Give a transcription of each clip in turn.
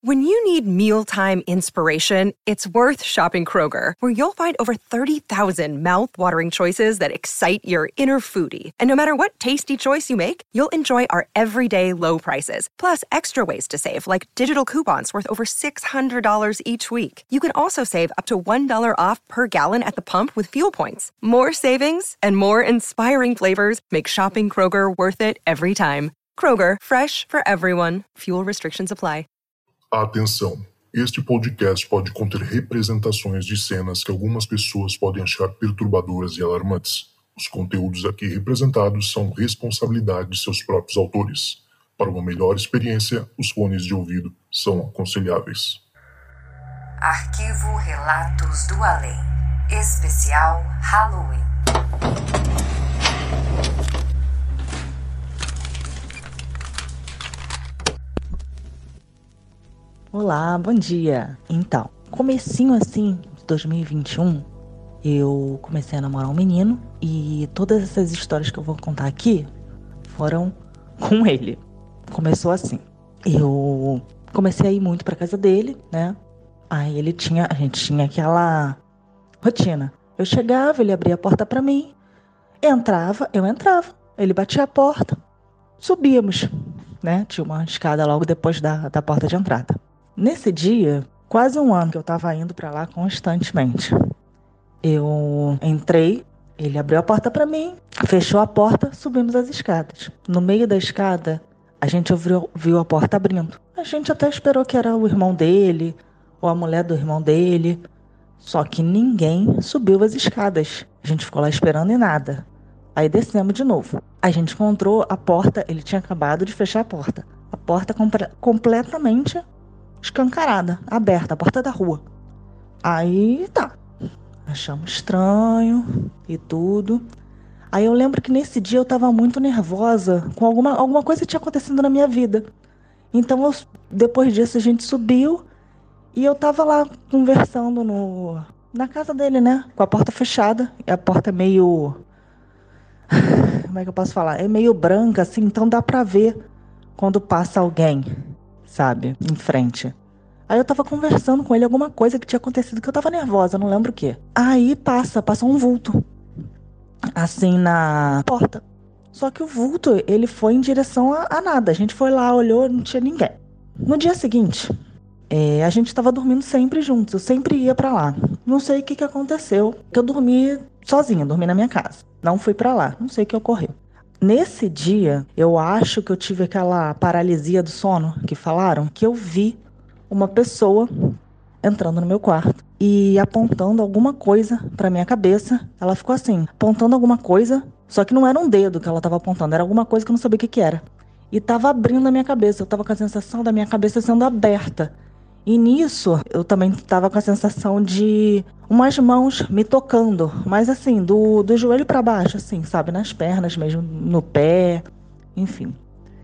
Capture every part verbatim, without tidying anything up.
When you need mealtime inspiration, it's worth shopping Kroger, where you'll find over thirty thousand mouth-watering choices that excite your inner foodie. And no matter what tasty choice you make, you'll enjoy our everyday low prices, plus extra ways to save, like digital coupons worth over six hundred dollars each week. You can also save up to one dollar off per gallon at the pump with fuel points. More savings and more inspiring flavors make shopping Kroger worth it every time. Kroger, fresh for everyone. Fuel restrictions apply. Atenção! Este podcast pode conter representações de cenas que algumas pessoas podem achar perturbadoras e alarmantes. Os conteúdos aqui representados são responsabilidade de seus próprios autores. Para uma melhor experiência, os fones de ouvido são aconselháveis. Arquivo Relatos do Além. Especial Halloween. Olá, bom dia! Então, comecinho assim de dois mil e vinte e um, eu comecei a namorar um menino e todas essas histórias que eu vou contar aqui foram com ele. Começou assim, eu comecei a ir muito pra casa dele, né? Aí ele tinha, a gente tinha aquela rotina. Eu chegava, ele abria a porta pra mim, entrava, eu entrava, ele batia a porta, subíamos, né? Tinha uma escada logo depois da, da porta de entrada. Nesse dia, quase um ano que eu tava indo pra lá constantemente. Eu entrei, ele abriu a porta pra mim, fechou a porta, subimos as escadas. No meio da escada, a gente ouviu, viu a porta abrindo. A gente até esperou que era o irmão dele, ou a mulher do irmão dele. Só que ninguém subiu as escadas. A gente ficou lá esperando e nada. Aí descemos de novo. A gente encontrou a porta, ele tinha acabado de fechar a porta. A porta compre- completamente escancarada, aberta, a porta da rua. Aí tá, achamos estranho e tudo. Aí eu lembro que nesse dia eu tava muito nervosa com alguma, alguma coisa que tinha acontecido na minha vida. Então eu, depois disso a gente subiu e eu tava lá conversando no, na casa dele, né? Com a porta fechada. E a porta é meio... Como é que eu posso falar? É meio branca, assim, então dá pra ver quando passa alguém, sabe? Em frente. Aí eu tava conversando com ele alguma coisa que tinha acontecido, que eu tava nervosa, não lembro o quê. Aí passa, passa um vulto, assim, na porta. Só que o vulto, ele foi em direção a, a nada. A gente foi lá, olhou, não tinha ninguém. No dia seguinte, é, a gente tava dormindo sempre juntos, eu sempre ia pra lá. Não sei o que que aconteceu, que eu dormi sozinha, dormi na minha casa. Não fui pra lá, não sei o que ocorreu. Nesse dia, eu acho que eu tive aquela paralisia do sono que falaram, que eu vi uma pessoa entrando no meu quarto e apontando alguma coisa pra minha cabeça. Ela ficou assim, apontando alguma coisa, só que não era um dedo que ela tava apontando, era alguma coisa que eu não sabia o que que era. E tava abrindo a minha cabeça, eu tava com a sensação da minha cabeça sendo aberta. E nisso, eu também tava com a sensação de umas mãos me tocando, mas assim, do, do joelho pra baixo, assim, sabe? Nas pernas mesmo, no pé, enfim.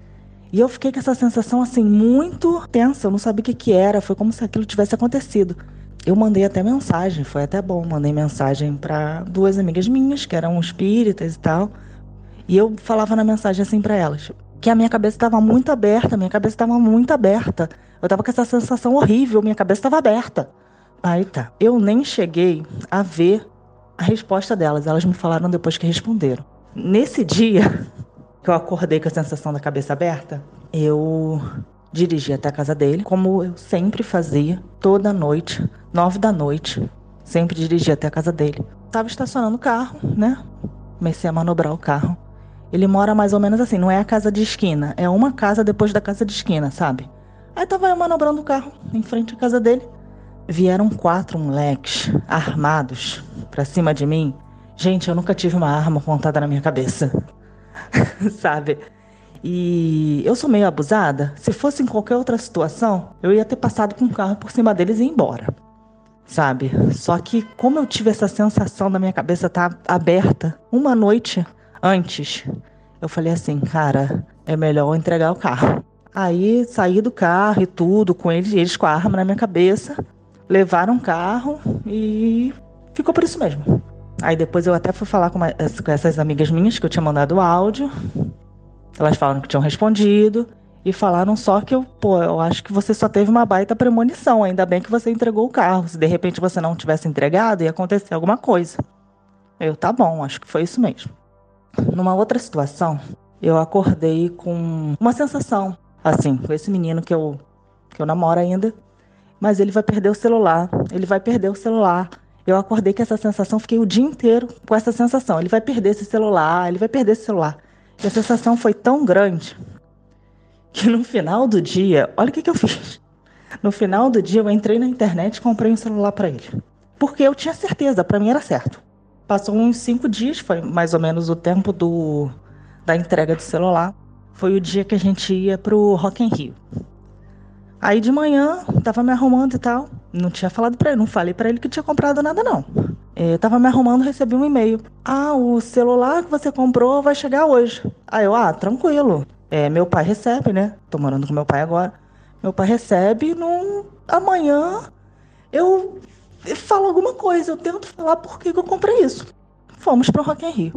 E eu fiquei com essa sensação, assim, muito tensa, eu não sabia o que que era, foi como se aquilo tivesse acontecido. Eu mandei até mensagem, foi até bom, mandei mensagem pra duas amigas minhas, que eram espíritas e tal, e eu falava na mensagem assim pra elas, que a minha cabeça estava muito aberta, minha cabeça estava muito aberta. Eu tava com essa sensação horrível, minha cabeça estava aberta. Aí tá, eu nem cheguei a ver a resposta delas, elas me falaram depois que responderam. Nesse dia que eu acordei com a sensação da cabeça aberta, eu dirigi até a casa dele, como eu sempre fazia, toda noite, nove da noite, sempre dirigi até a casa dele. Tava estacionando o carro, né? Comecei a manobrar o carro. Ele mora mais ou menos assim, não é a casa de esquina, é uma casa depois da casa de esquina, sabe? Aí tava eu manobrando o carro em frente à casa dele. Vieram quatro moleques armados pra cima de mim. Gente, eu nunca tive uma arma apontada na minha cabeça, sabe? E eu sou meio abusada. Se fosse em qualquer outra situação, eu ia ter passado com o carro por cima deles e ir embora, sabe? Só que como eu tive essa sensação da minha cabeça estar aberta uma noite antes, eu falei assim, cara, é melhor eu entregar o carro. Aí saí do carro e tudo, com eles, eles com a arma na minha cabeça, levaram o carro e ficou por isso mesmo. Aí depois eu até fui falar com, uma, com essas amigas minhas que eu tinha mandado áudio. Elas falaram que tinham respondido E falaram só que eu, pô, eu acho que você só teve uma baita premonição. Ainda bem que você entregou o carro. Se de repente você não tivesse entregado, ia acontecer alguma coisa. Eu, tá bom, acho que foi isso mesmo. Numa outra situação, eu acordei com uma sensação, assim, com esse menino que eu, que eu namoro ainda, mas ele vai perder o celular, ele vai perder o celular. Eu acordei com essa sensação, fiquei o dia inteiro com essa sensação. Ele vai perder esse celular, ele vai perder esse celular. E a sensação foi tão grande que no final do dia, olha o que, que eu fiz. No final do dia eu entrei na internet e comprei um celular para ele. Porque eu tinha certeza, para mim era certo. Passou uns cinco dias, foi mais ou menos o tempo do, da entrega do celular. Foi o dia que a gente ia pro Rock in Rio. Aí de manhã, tava me arrumando e tal. Não tinha falado pra ele, não falei pra ele que tinha comprado nada não. Eu tava me arrumando, recebi um e-mail. Ah, o celular que você comprou vai chegar hoje. Aí eu, ah, tranquilo. É, meu pai recebe, né? Tô morando com meu pai agora. Meu pai recebe, no... amanhã eu... eu falo alguma coisa. Eu tento falar por que eu comprei isso. Fomos pro Rock in Rio.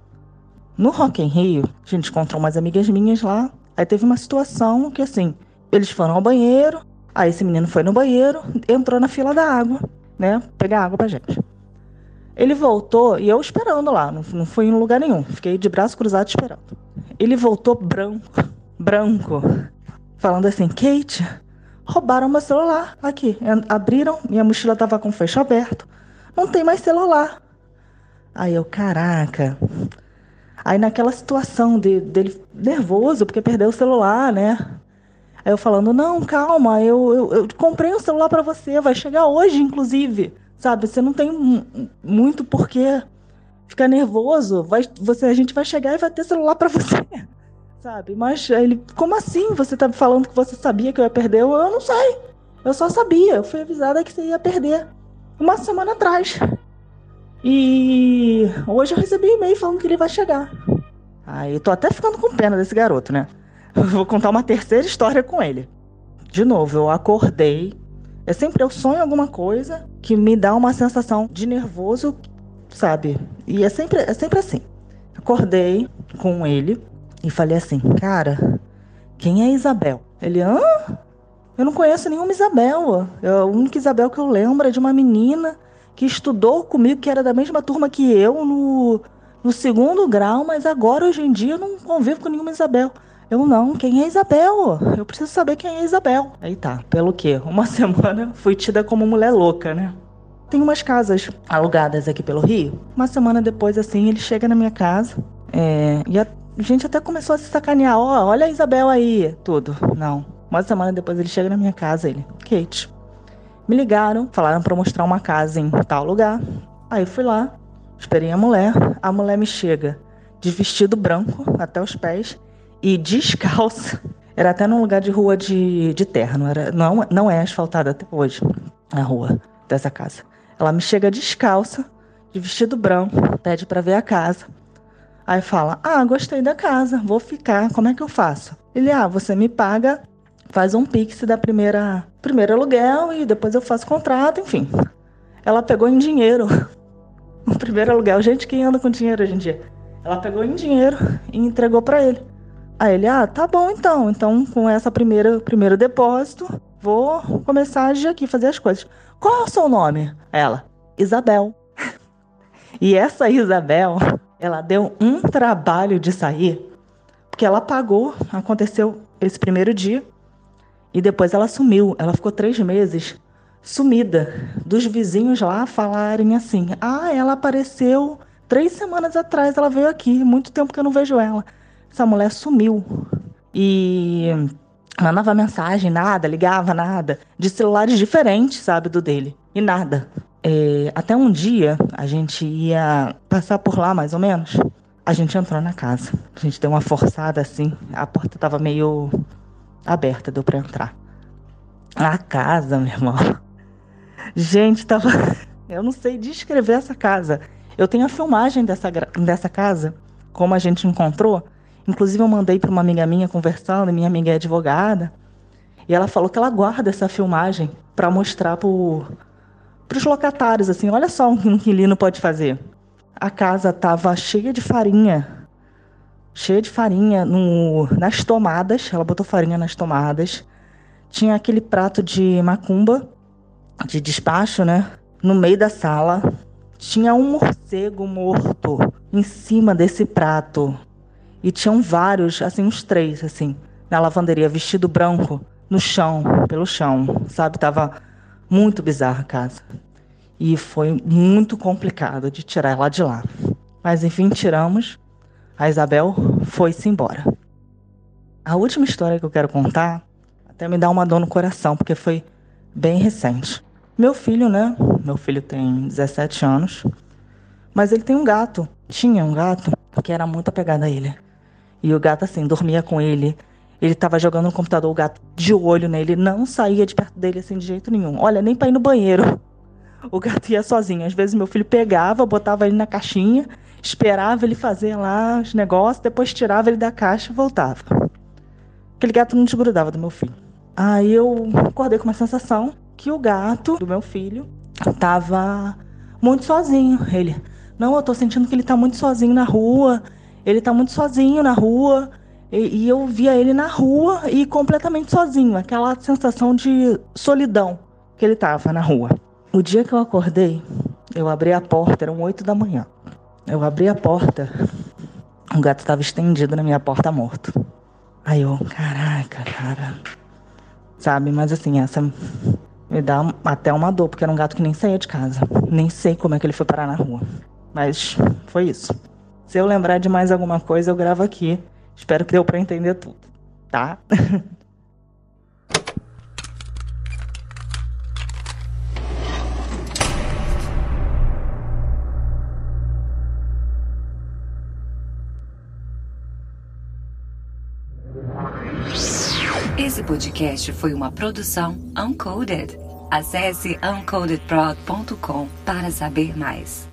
No Rock in Rio, a gente encontrou umas amigas minhas lá. Aí teve uma situação que assim... Eles foram ao banheiro, aí esse menino foi no banheiro, entrou na fila da água, né? Pegar água pra gente. Ele voltou, e eu esperando lá, não, não fui em lugar nenhum. Fiquei de braço cruzado esperando. Ele voltou branco, branco, falando assim, Kate, roubaram meu celular. Aqui, abriram, minha mochila tava com o fecho aberto. Não tem mais celular. Aí eu, caraca... Aí naquela situação de, dele nervoso, porque perdeu o celular, né? Aí eu falando, não, calma, eu, eu, eu comprei um celular pra você, vai chegar hoje, inclusive. Sabe, você não tem muito porquê ficar nervoso. Vai, você, a gente vai chegar e vai ter celular pra você. Sabe, mas ele, como assim? Você tá falando que você sabia que eu ia perder? Eu, eu não sei. Eu só sabia, eu fui avisada que você ia perder. Uma semana atrás. E hoje eu recebi um e-mail falando que ele vai chegar. Aí tô até ficando com pena desse garoto, né? Eu vou contar uma terceira história com ele. De novo, eu acordei. É sempre eu sonho alguma coisa que me dá uma sensação de nervoso, sabe? E é sempre, é sempre assim. Acordei com ele e falei assim, cara, quem é Isabel? Ele, hã? Eu não conheço nenhuma Isabel. A única Isabel que eu lembro é de uma menina que estudou comigo, que era da mesma turma que eu no, no segundo grau, mas agora, hoje em dia, eu não convivo com nenhuma Isabel. Eu não, quem é Isabel? Eu preciso saber quem é Isabel. Aí tá, pelo quê? Uma semana fui tida como mulher louca, né? Tem umas casas alugadas aqui pelo Rio. Uma semana depois, assim, ele chega na minha casa. É, e a gente até começou a se sacanear. Ó, oh, olha a Isabel aí, tudo. Não. Uma semana depois ele chega na minha casa, ele, Kate. Me ligaram, falaram pra mostrar uma casa em tal lugar. Aí fui lá, esperei a mulher. A mulher me chega de vestido branco até os pés. E descalça. Era até num lugar de rua de, de terra. Não, era, não, não é asfaltada até hoje, a rua dessa casa. Ela me chega descalça, de vestido branco, pede pra ver a casa. Aí fala, ah, gostei da casa, vou ficar, como é que eu faço? Ele, ah, você me paga, faz um pix da primeira, primeiro aluguel e depois eu faço contrato, enfim. Ela pegou em dinheiro o primeiro aluguel. Gente, quem anda com dinheiro hoje em dia? Ela pegou em dinheiro e entregou pra ele. Aí ele, ah, tá bom então. Então, com essa primeira primeiro depósito, vou começar a agir aqui, fazer as coisas. Qual é o seu nome? Ela, Isabel. E essa Isabel, ela deu um trabalho de sair, porque ela pagou, aconteceu esse primeiro dia, e depois ela sumiu. Ela ficou três meses sumida, dos vizinhos lá falarem assim, ah, ela apareceu três semanas atrás, ela veio aqui, muito tempo que eu não vejo ela. Essa mulher sumiu e mandava mensagem, nada, ligava, nada, de celulares diferentes, sabe, do dele, e nada. É, até um dia, a gente ia passar por lá, mais ou menos, a gente entrou na casa. A gente deu uma forçada assim, a porta estava meio aberta, deu para entrar. A casa, meu irmão, gente, tava... eu não sei descrever essa casa. Eu tenho a filmagem dessa, dessa casa, como a gente encontrou. Inclusive eu mandei para uma amiga minha conversando, minha amiga é advogada, e ela falou que ela guarda essa filmagem para mostrar para os locatários, assim, olha só o que um inquilino pode fazer. A casa estava cheia de farinha cheia de farinha no, nas tomadas. Ela botou farinha nas tomadas. Tinha aquele prato de macumba, de despacho, né? No meio da sala. Tinha um morcego morto em cima desse prato. E tinham vários, assim, uns três, assim, na lavanderia, vestido branco, no chão, pelo chão, sabe? Tava muito bizarra a casa. E foi muito complicado de tirar ela de lá. Mas, enfim, tiramos. A Isabel foi-se embora. A última história que eu quero contar até me dá uma dor no coração, porque foi bem recente. Meu filho, né? Meu filho tem dezessete anos, mas ele tem um gato. Tinha um gato que era muito apegado a ele. E o gato, assim, dormia com ele. Ele tava jogando no computador, o gato de olho nele, não saía de perto dele, assim, de jeito nenhum. Olha, nem pra ir no banheiro. O gato ia sozinho. Às vezes meu filho pegava, botava ele na caixinha, esperava ele fazer lá os negócios, depois tirava ele da caixa e voltava. Aquele gato não desgrudava do meu filho. Aí eu acordei com uma sensação que o gato do meu filho tava muito sozinho. Ele, não, eu tô sentindo que ele tá muito sozinho na rua. Ele tá muito sozinho na rua. E, e eu via ele na rua e completamente sozinho. Aquela sensação de solidão que ele tava na rua. O dia que eu acordei, eu abri a porta, eram oito da manhã. Eu abri a porta, o gato tava estendido na minha porta morto. Aí eu, caraca, cara. Sabe, mas assim, essa me dá até uma dor, porque era um gato que nem saía de casa. Nem sei como é que ele foi parar na rua. Mas foi isso. Se eu lembrar de mais alguma coisa, eu gravo aqui. Espero que deu pra entender tudo, tá? Esse podcast foi uma produção Uncoded. Acesse uncoded prod ponto com para saber mais.